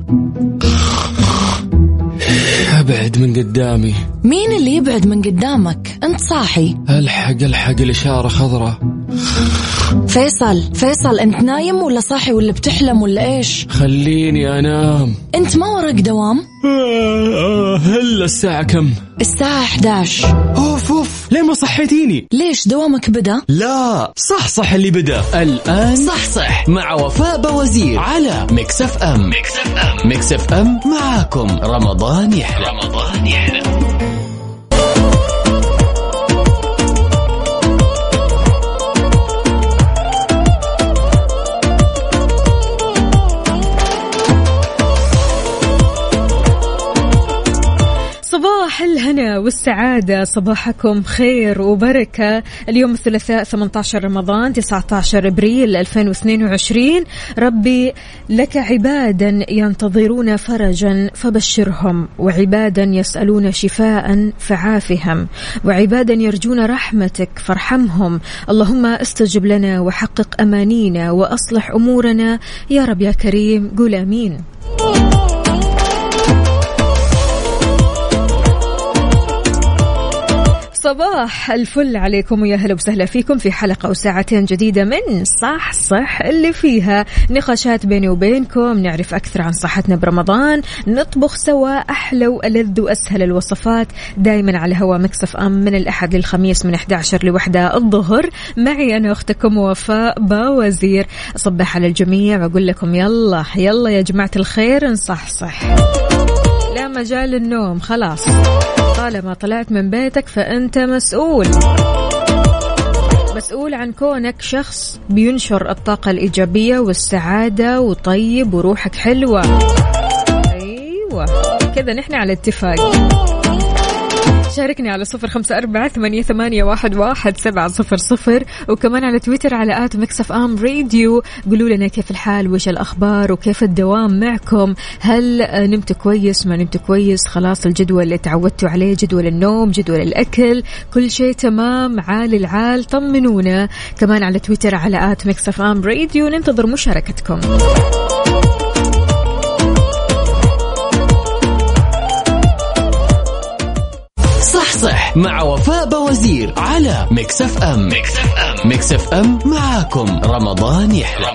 ابعد من قدامي. مين اللي يبعد من قدامك؟ انت صاحي. الحق الإشارة خضراء. فيصل انت نايم ولا صاحي ولا بتحلم ولا ايش؟ خليني انام. انت ما وراك دوام؟ هلا الساعة كم؟ الساعة 11. اوف ليه ما صحيتيني؟ ليش دوامك بدأ؟ لا صح اللي بدأ الآن. صح مع وفاء بوزير على ميكس اف ام. ميكس اف ام معاكم رمضان يحلى. صباح الهنا والسعادة، صباحكم خير وبركة. اليوم الثلاثاء 18 رمضان 19 أبريل 2022. ربي لك عبادا ينتظرون فرجا فبشرهم، وعبادا يسألون شفاء فعافهم، وعبادا يرجون رحمتك فارحمهم. اللهم استجب لنا وحقق أمانينا وأصلح أمورنا يا رب يا كريم، قول آمين. صباح الفل عليكم ويا هلا وسهلا فيكم في حلقة وساعتين جديدة من صح اللي فيها نقاشات بيني وبينكم، نعرف أكثر عن صحتنا برمضان، نطبخ سوا أحلى وألذ وأسهل الوصفات، دايما على هوا ميكس اف ام من الأحد للخميس من 11 لوحدة الظهر. معي أنا أختكم وفاء باوزير. أصبح على الجميع وأقول لكم يلا يا جماعة الخير نصحصح، لا مجال النوم خلاص. طالما طلعت من بيتك فأنت مسؤول عن كونك شخص بينشر الطاقة الإيجابية والسعادة وطيب وروحك حلوة. أيوة كذا نحن على اتفاق. شاركني على 0548811700 وكمان على تويتر على @mixfmradio. قولوا لنا كيف الحال، وش الأخبار، وكيف الدوام معكم. هل نمت كويس، ما نمت كويس؟ خلاص الجدول اللي تعودتوا عليه، جدول النوم، جدول الأكل، كل شيء تمام؟ عال العال طمنونا. كمان على تويتر على @mixfmradio ننتظر مشاركتكم. صح مع وفاء بوزير على ميكس اف ام. ميكس اف ام معاكم رمضان يحلى.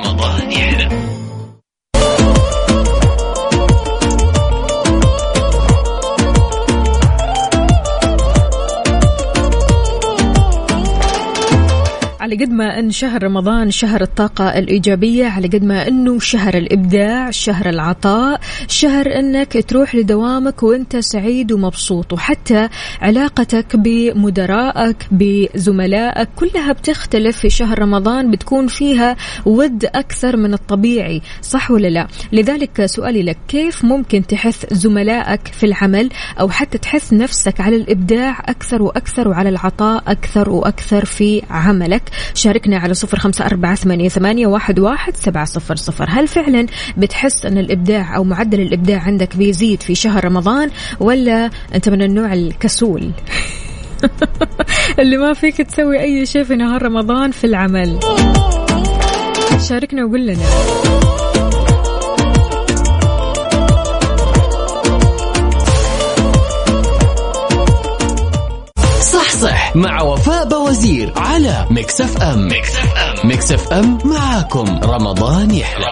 على قد ما أن شهر رمضان شهر الطاقة الإيجابية، على قد ما أنه شهر الإبداع، شهر العطاء، شهر أنك تروح لدوامك وأنت سعيد ومبسوط، وحتى علاقتك بمدرائك بزملائك كلها بتختلف في شهر رمضان، بتكون فيها ود أكثر من الطبيعي، صح ولا لا؟ لذلك سؤالي لك، كيف ممكن تحث زملائك في العمل أو حتى تحث نفسك على الإبداع أكثر وأكثر وعلى العطاء أكثر وأكثر في عملك؟ شاركنا على 0548811700. هل فعلا بتحس أن الإبداع أو معدل الإبداع عندك بيزيد في شهر رمضان، ولا أنت من النوع الكسول اللي ما فيك تسوي أي شيء في نهار رمضان في العمل؟ شاركنا وقول لنا. صح مع وفاء بوزير على ميكس اف ام. ميكس اف ام معاكم رمضان يحلى.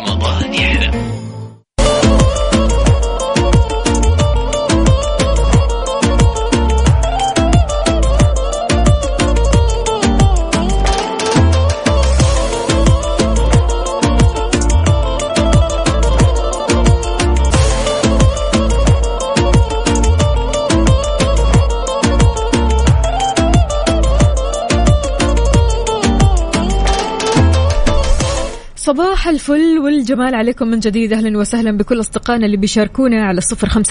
صباح الفل والجمال عليكم من جديد. أهلا وسهلا بكل أصدقائنا اللي بيشاركونا على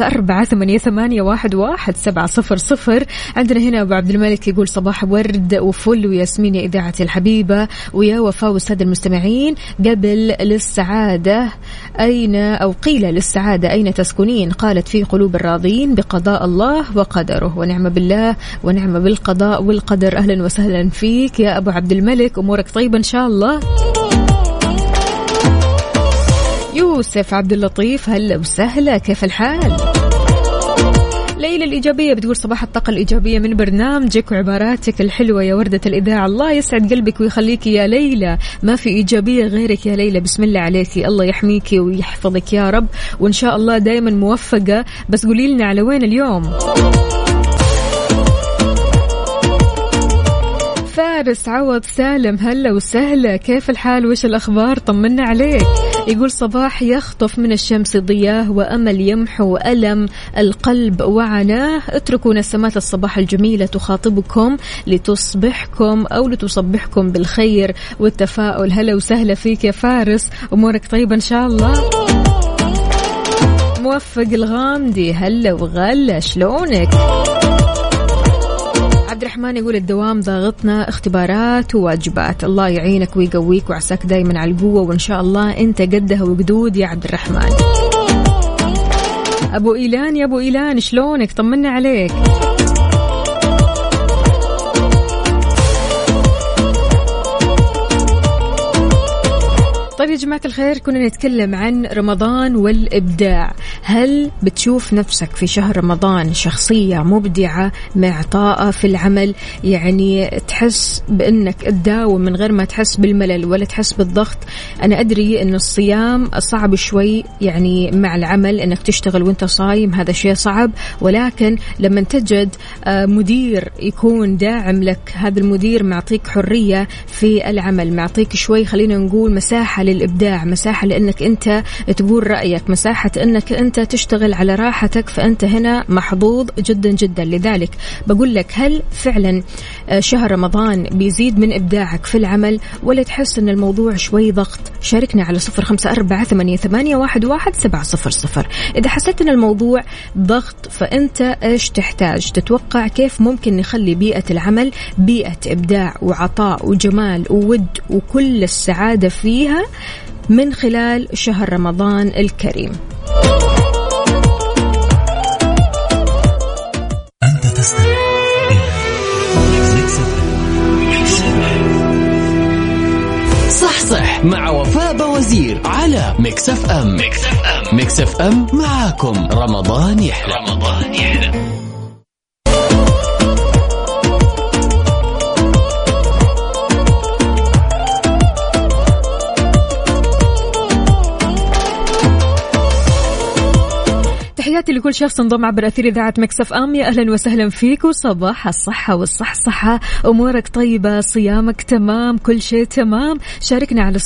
0548811700. عندنا هنا أبو عبد الملك يقول صباح ورد وفل وياسمين يا إذاعتي الحبيبة ويا وفاء والسادة المستمعين. قبل للسعادة أين أو قيل للسعادة أين تسكنين؟ قالت في قلوب الراضين بقضاء الله وقدره، ونعم بالله ونعم بالقضاء والقدر. أهلا وسهلا فيك يا أبو عبد الملك، أمورك طيبة إن شاء الله. يوسف عبد اللطيف هلا وسهلا، كيف الحال؟ ليلى الإيجابية بتقول صباح الطاقة الإيجابية من برنامجك وعباراتك الحلوة يا وردة الإذاعة. الله يسعد قلبك ويخليك يا ليلى، ما في إيجابية غيرك يا ليلى. بسم الله عليكي، الله يحميكي ويحفظك يا رب، وإن شاء الله دايما موفقة. بس قولي لنا على وين اليوم؟ فارس عوض سالم هلا وسهلا، كيف الحال وش الأخبار؟ طمنا عليك. يقول صباح يخطف من الشمس ضياه وأمل يمحو ألم القلب وعناه، اتركوا نسمات الصباح الجميلة تخاطبكم لتصبحكم أو لتصبحكم بالخير والتفاؤل. هلا وسهلا فيك يا فارس، أمورك طيبة إن شاء الله. موفق الغامدي هلا وغلا، شلونك؟ عبد الرحمن يقول الدوام ضاغطنا، اختبارات وواجبات. الله يعينك ويقويك وعساك دايما على القوة، وإن شاء الله أنت قدها وقدود يا عبد الرحمن. أبو إيلان، يا أبو إيلان شلونك؟ طمنا عليك. طيب يا جماعة الخير، كنا نتكلم عن رمضان والإبداع. هل بتشوف نفسك في شهر رمضان شخصية مبدعة معطاءة في العمل؟ يعني تحس بأنك تداوم من غير ما تحس بالملل ولا تحس بالضغط؟ أنا أدري أن الصيام صعب شوي، يعني مع العمل أنك تشتغل وانت صايم هذا شيء صعب، ولكن لما تجد مدير يكون داعم لك، هذا المدير معطيك حرية في العمل، معطيك شوي خلينا نقول مساحة للإبداع، مساحة لأنك أنت تقول رأيك، مساحة أنك أنت تشتغل على راحتك، فأنت هنا محظوظ جدا جدا. لذلك بقول لك، هل فعلا شهر رمضان بيزيد من إبداعك في العمل ولا تحس أن الموضوع شوي ضغط؟ شاركنا على 0548811700. إذا حسيت أن الموضوع ضغط فأنت إيش تحتاج؟ تتوقع كيف ممكن نخلي بيئة العمل بيئة إبداع وعطاء وجمال وود وكل السعادة فيها من خلال شهر رمضان الكريم؟ أنت تستمع صح مع وفاء بوزير على ميكس اف ام. ميكس اف ام معاكم رمضان يحلى. تحياتي لكل شخص انضم عبر أثير إذاعة ميكس اف ام. يا أهلا وسهلا فيك، وصباح الصحة والصحصحة، أمورك طيبة، صيامك تمام، كل شيء تمام. شاركنا على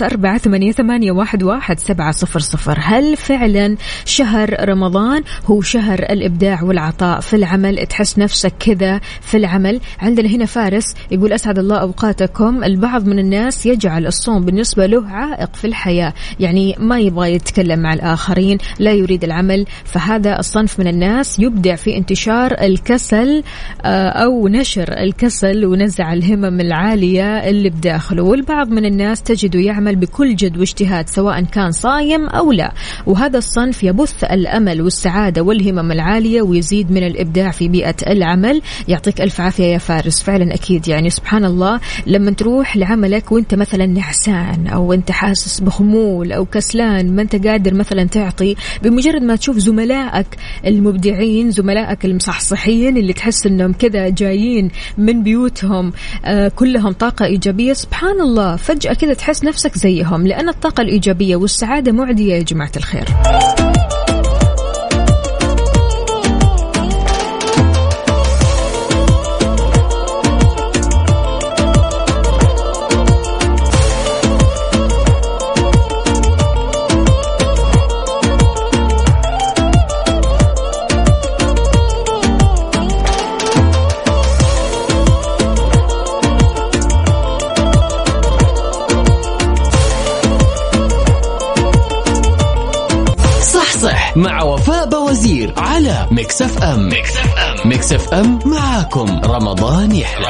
0548811700. هل فعلا شهر رمضان هو شهر الإبداع والعطاء في العمل؟ تحس نفسك كذا في العمل؟ عندنا هنا فارس يقول أسعد الله أوقاتكم. البعض من الناس يجعل الصوم بالنسبة له عائق في الحياة، يعني ما يبغى يتكلم مع الآخرين، لا يريد العمل، فهذا الصنف من الناس يبدع في انتشار الكسل أو نشر الكسل ونزع الهمم العالية اللي بداخله. والبعض من الناس تجده يعمل بكل جد واجتهاد سواء كان صايم أو لا، وهذا الصنف يبث الأمل والسعادة والهمم العالية ويزيد من الإبداع في بيئة العمل. يعطيك ألف عافية يا فارس. فعلا أكيد، يعني سبحان الله لما تروح لعملك وانت مثلا نعسان أو انت حاسس بخمول أو كسلان، ما انت قادر مثلا تعطي، بمجرد ما تشوف زملائك المبدعين، زملائك المصحصحين اللي تحس انهم كذا جايين من بيوتهم كلهم طاقة إيجابية، سبحان الله فجأة كذا تحس نفسك زيهم، لأن الطاقة الإيجابية والسعادة معدية يا جماعة الخير. مع وفاء بوزير على ميكس اف ام. ميكس اف ام معاكم رمضان يحلى.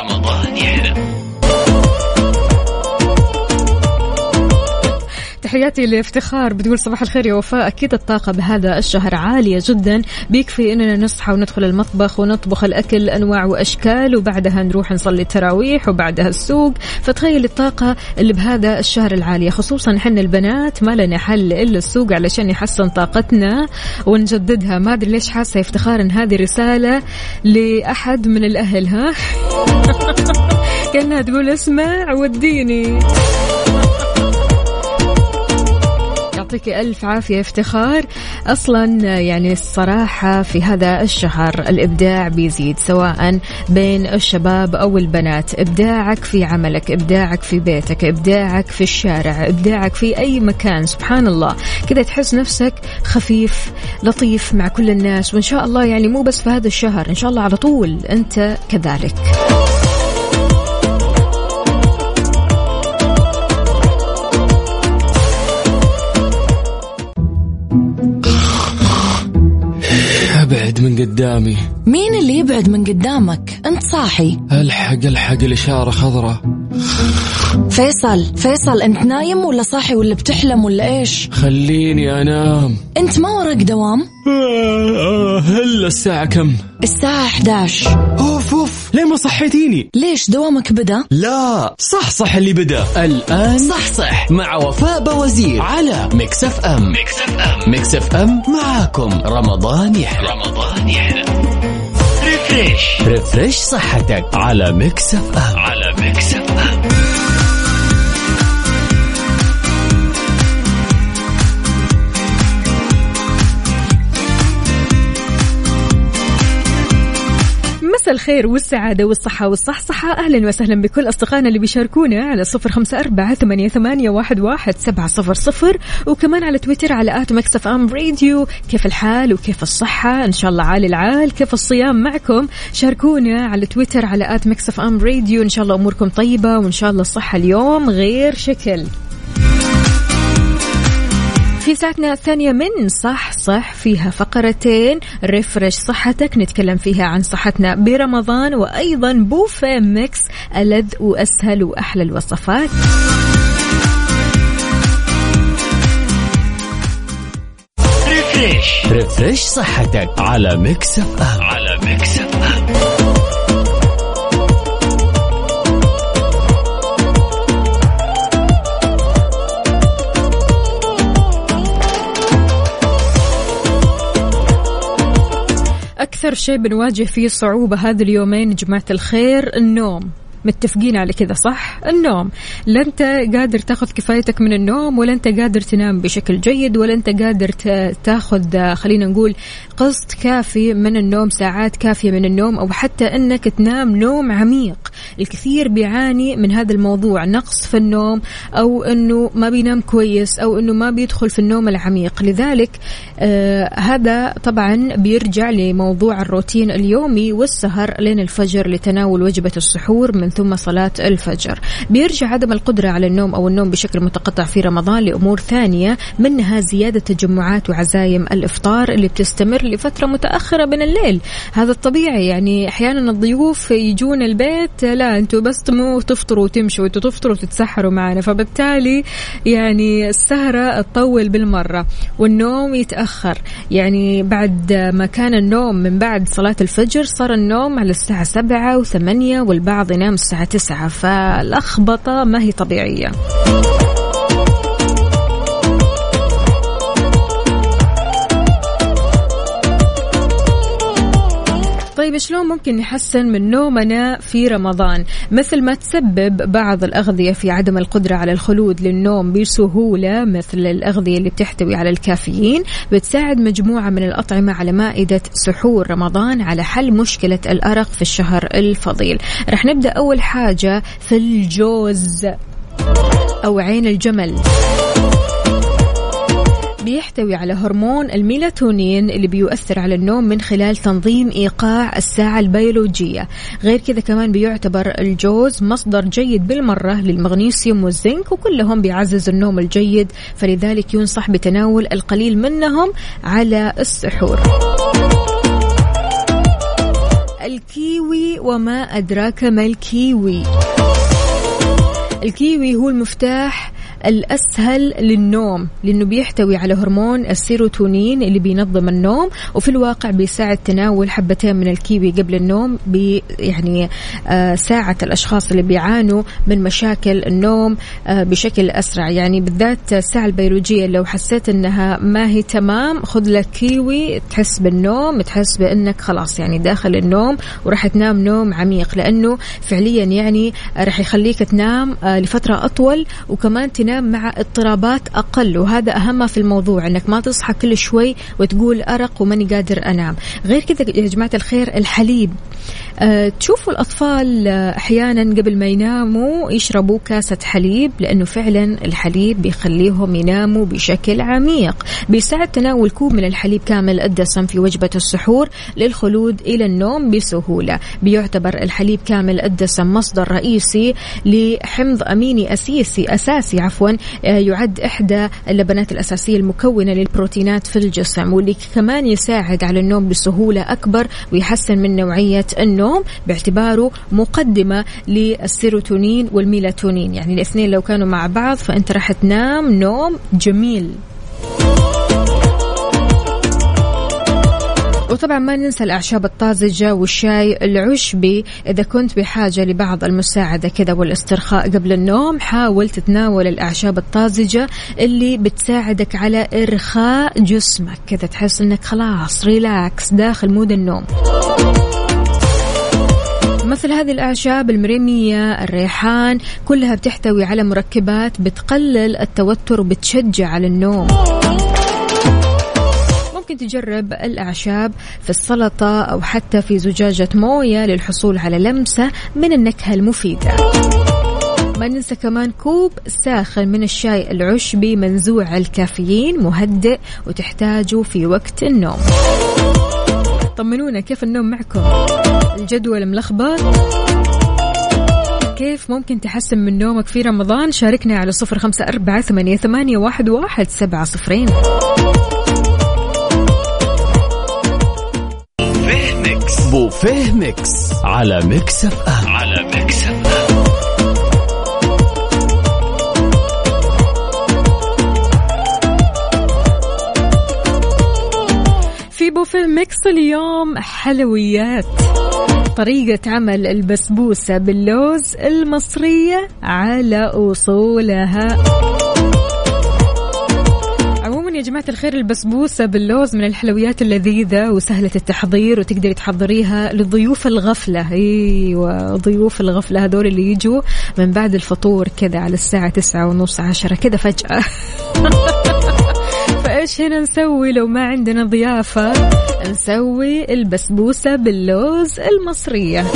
تحياتي لافتخار، بتقول صباح الخير يا وفاء، أكيد الطاقة بهذا الشهر عالية جدا، بيكفي إننا نصحى وندخل المطبخ ونطبخ الأكل أنواع وأشكال، وبعدها نروح نصلي التراويح، وبعدها السوق. فتخيل الطاقة اللي بهذا الشهر العالية، خصوصا إحنا البنات ما لنا حل إلا السوق علشان يحسن طاقتنا ونجددها. ما أدري ليش حاسة افتخار إن هذه رسالة لأحد من الأهل، ها كأنها تقول اسمع وديني. يعطيك ألف عافية افتخار. أصلا يعني الصراحة في هذا الشهر الإبداع بيزيد، سواء بين الشباب أو البنات. إبداعك في عملك، إبداعك في بيتك، إبداعك في الشارع، إبداعك في أي مكان. سبحان الله كذا تحس نفسك خفيف لطيف مع كل الناس. وإن شاء الله يعني مو بس في هذا الشهر، إن شاء الله على طول أنت كذلك. ابعد من قدامي. مين اللي يبعد من قدامك؟ انت صاحي. الحق الإشارة خضراء. فيصل انت نايم ولا صاحي ولا بتحلم ولا ايش؟ خليني انام. انت ما وراك دوام؟ هلا الساعة كم؟ الساعة 11. اوف ليه ما صحيتيني؟ ليش دوامك بدأ؟ لا صح اللي بدأ الآن. صح مع وفاء بوزير على ميكس اف ام. ميكس اف ام معاكم رمضان يحلى. ريفريش صحتك على ميكس اف ام. مساء الخير والسعادة والصحة والصحصحة. أهلا وسهلا بكل أصدقائنا اللي بيشاركونا على 0548811700، وكمان على تويتر على @mixfmradio. كيف الحال وكيف الصحة؟ إن شاء الله عالي العال. كيف الصيام معكم؟ شاركونا على تويتر على @mixfmradio. إن شاء الله أموركم طيبة، وإن شاء الله الصحة اليوم غير شكل. في ساعتنا الثانية من صح فيها فقرتين: ريفرش صحتك، نتكلم فيها عن صحتنا برمضان، وأيضا بوفيه ميكس، ألذ وأسهل وأحلى الوصفات. ريفريش صحتك على ميكس اف ام. أكثر شيء بنواجه فيه صعوبة هذا اليومين جماعة الخير النوم. متفقين على كذا صح؟ النوم. لا أنت قادر تاخذ كفايتك من النوم، ولا أنت قادر تنام بشكل جيد، ولا أنت قادر تاخذ خلينا نقول قسط كافي من النوم، ساعات كافية من النوم، أو حتى أنك تنام نوم عميق. الكثير بيعاني من هذا الموضوع، نقص في النوم، أو أنه ما بينام كويس، أو أنه ما بيدخل في النوم العميق. لذلك هذا طبعا بيرجع لموضوع الروتين اليومي والسهر لين الفجر لتناول وجبة السحور من ثم صلاة الفجر. بيرجع عدم القدرة على النوم أو النوم بشكل متقطع في رمضان لأمور ثانية، منها زيادة تجمعات وعزايم الإفطار اللي بتستمر لفترة متأخرة من الليل. هذا الطبيعي، يعني أحيانا الضيوف يجون البيت، لا أنتوا بس تفطروا وتمشوا، أنتوا تفطروا وتتسحروا معنا، فبالتالي يعني السهرة تطول بالمرة والنوم يتأخر. يعني بعد ما كان النوم من بعد صلاة الفجر، صار النوم على الساعة 7 و8، والبعض ينام الساعة 9، فالأخبطة ما هي طبيعية. طيب شلون ممكن نحسن من نومنا في رمضان؟ مثل ما تسبب بعض الأغذية في عدم القدرة على الخلود للنوم بسهولة، مثل الأغذية اللي بتحتوي على الكافيين، بتساعد مجموعة من الأطعمة على مائدة سحور رمضان على حل مشكلة الأرق في الشهر الفضيل. رح نبدأ أول حاجة في الجوز أو عين الجمل. بيحتوي على هرمون الميلاتونين اللي بيؤثر على النوم من خلال تنظيم إيقاع الساعة البيولوجية. غير كذا كمان بيعتبر الجوز مصدر جيد بالمرة للمغنيسيوم والزنك، وكلهم بيعزز النوم الجيد، فلذلك ينصح بتناول القليل منهم على السحور. الكيوي، وما أدراك ما الكيوي. الكيوي هو المفتاح الأسهل للنوم، لأنه بيحتوي على هرمون السيروتونين اللي بينظم النوم، وفي الواقع بيساعد تناول حبتين من الكيوي قبل النوم يعني ساعة الأشخاص اللي بيعانوا من مشاكل النوم بشكل أسرع. يعني بالذات الساعة البيولوجية لو حسيت أنها ما هي تمام، خذ لك كيوي، تحس بالنوم، تحس بأنك خلاص يعني داخل النوم وراح تنام نوم عميق، لأنه فعليا يعني راح يخليك تنام لفترة أطول، وكمان تنام مع اضطرابات أقل. وهذا أهم في الموضوع، أنك ما تصحى كل شوي وتقول أرق وماني قادر أنام. غير كذا يا جماعة الخير، الحليب، تشوفوا الأطفال أحيانا قبل ما يناموا يشربوا كاسة حليب، لأنه فعلا الحليب بيخليهم يناموا بشكل عميق. بيساعد تناول كوب من الحليب كامل الدسم في وجبة السحور للخلود إلى النوم بسهولة. بيعتبر الحليب كامل الدسم مصدر رئيسي لحمض أميني أساسي يعد إحدى اللبنات الأساسية المكونة للبروتينات في الجسم، واللي كمان يساعد على النوم بسهولة أكبر ويحسن من نوعية النوم، باعتباره مقدمة للسيروتونين والميلاتونين. يعني الاثنين لو كانوا مع بعض فأنت راح تنام نوم جميل. وطبعا ما ننسى الأعشاب الطازجة والشاي العشبي. إذا كنت بحاجة لبعض المساعدة كذا والاسترخاء قبل النوم، حاول تتناول الأعشاب الطازجة اللي بتساعدك على إرخاء جسمك، كذا تحس إنك خلاص ريلاكس داخل مود النوم. مثل هذه الأعشاب المريمية، الريحان، كلها بتحتوي على مركبات بتقلل التوتر وبتشجع على النوم. ممكن تجرب الأعشاب في السلطة أو حتى في زجاجة موية للحصول على لمسة من النكهة المفيدة. ما ننسى كمان كوب ساخن من الشاي العشبي منزوع الكافيين، مهدئ وتحتاجه في وقت النوم. طمنونا كيف النوم معكم؟ الجدول ملخبط؟ كيف ممكن تحسن من نومك في رمضان؟ شاركنا على 0548811700. بوفيه ميكس على ميكس اف ام. في بوفيه ميكس اليوم حلويات. طريقة عمل البسبوسة باللوز المصرية على أصولها. يا جماعة الخير، البسبوسة باللوز من الحلويات اللذيذة وسهلة التحضير، وتقدري تحضريها لضيوف الغفلة. أيوة، ضيوف الغفلة هذول اللي يجوا من بعد الفطور كذا على الساعة 9:30 10 كذا فجأة. فإيش هنا نسوي لو ما عندنا ضيافة؟ نسوي البسبوسة باللوز المصرية.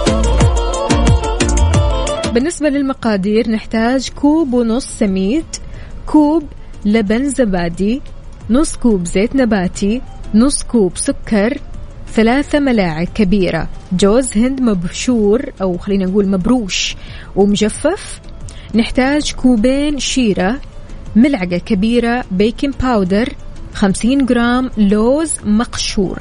بالنسبة للمقادير، نحتاج 1.5 كوب سميد، كوب لبن زبادي، نص كوب زيت نباتي، نص كوب سكر، 3 ملاعق كبيرة جوز هند مبشور أو خلينا نقول مبروش ومجفف. نحتاج 2 كوب شيرة، ملعقة كبيرة بيكنج باودر، 50 جرام لوز مقشور.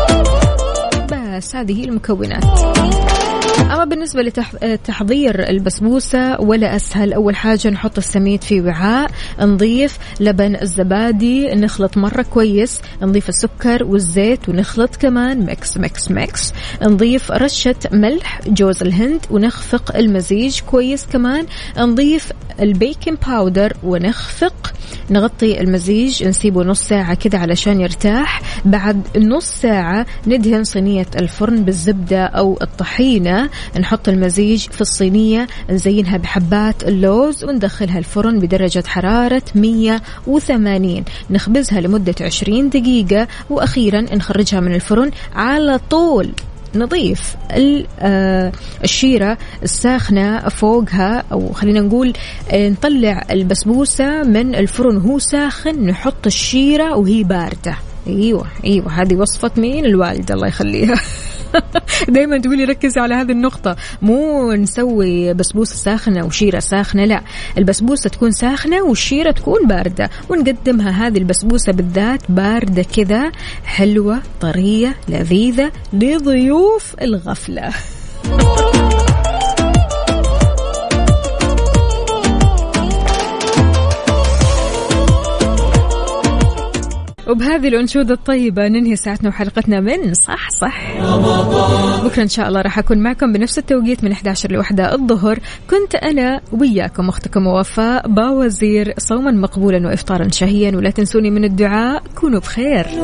بس هذه هي المكونات. أما بالنسبة لتحضير البسبوسة ولا أسهل. أول حاجة نحط السميد في وعاء، نضيف لبن الزبادي، نخلط مرة كويس، نضيف السكر والزيت ونخلط كمان ميكس ميكس ميكس، نضيف رشة ملح، جوز الهند ونخفق المزيج كويس. كمان نضيف البيكنج باودر ونخفق، نغطي المزيج، نسيبه نص ساعة كده علشان يرتاح. بعد نص ساعة ندهن صينية الفرن بالزبدة أو الطحينة، نحط المزيج في الصينية، نزينها بحبات اللوز وندخلها الفرن بدرجة حرارة 180، نخبزها لمدة 20 دقيقة، وأخيرا نخرجها من الفرن على طول. نضيف الشيرة الساخنة فوقها، أو خلينا نقول نطلع البسبوسة من الفرن وهو ساخن، نحط الشيرة وهي باردة. أيوة هذه وصفة مين؟ الوالدة الله يخليها. دايما تقولي ركزي على هذه النقطة، مو نسوي بسبوسة ساخنة وشيرة ساخنة، لا، البسبوسة تكون ساخنة والشيرة تكون باردة، ونقدمها هذه البسبوسة بالذات باردة كذا، حلوة طرية لذيذة لضيوف الغفلة. وبهذه الأنشودة الطيبة ننهي ساعتنا وحلقتنا من صح صح. بكرة إن شاء الله راح أكون معكم بنفس التوقيت من 11 ل1 الظهر. كنت أنا وياكم أختكم وفاء باوزير. صوما مقبولا وإفطارا شهيا، ولا تنسوني من الدعاء. كونوا بخير.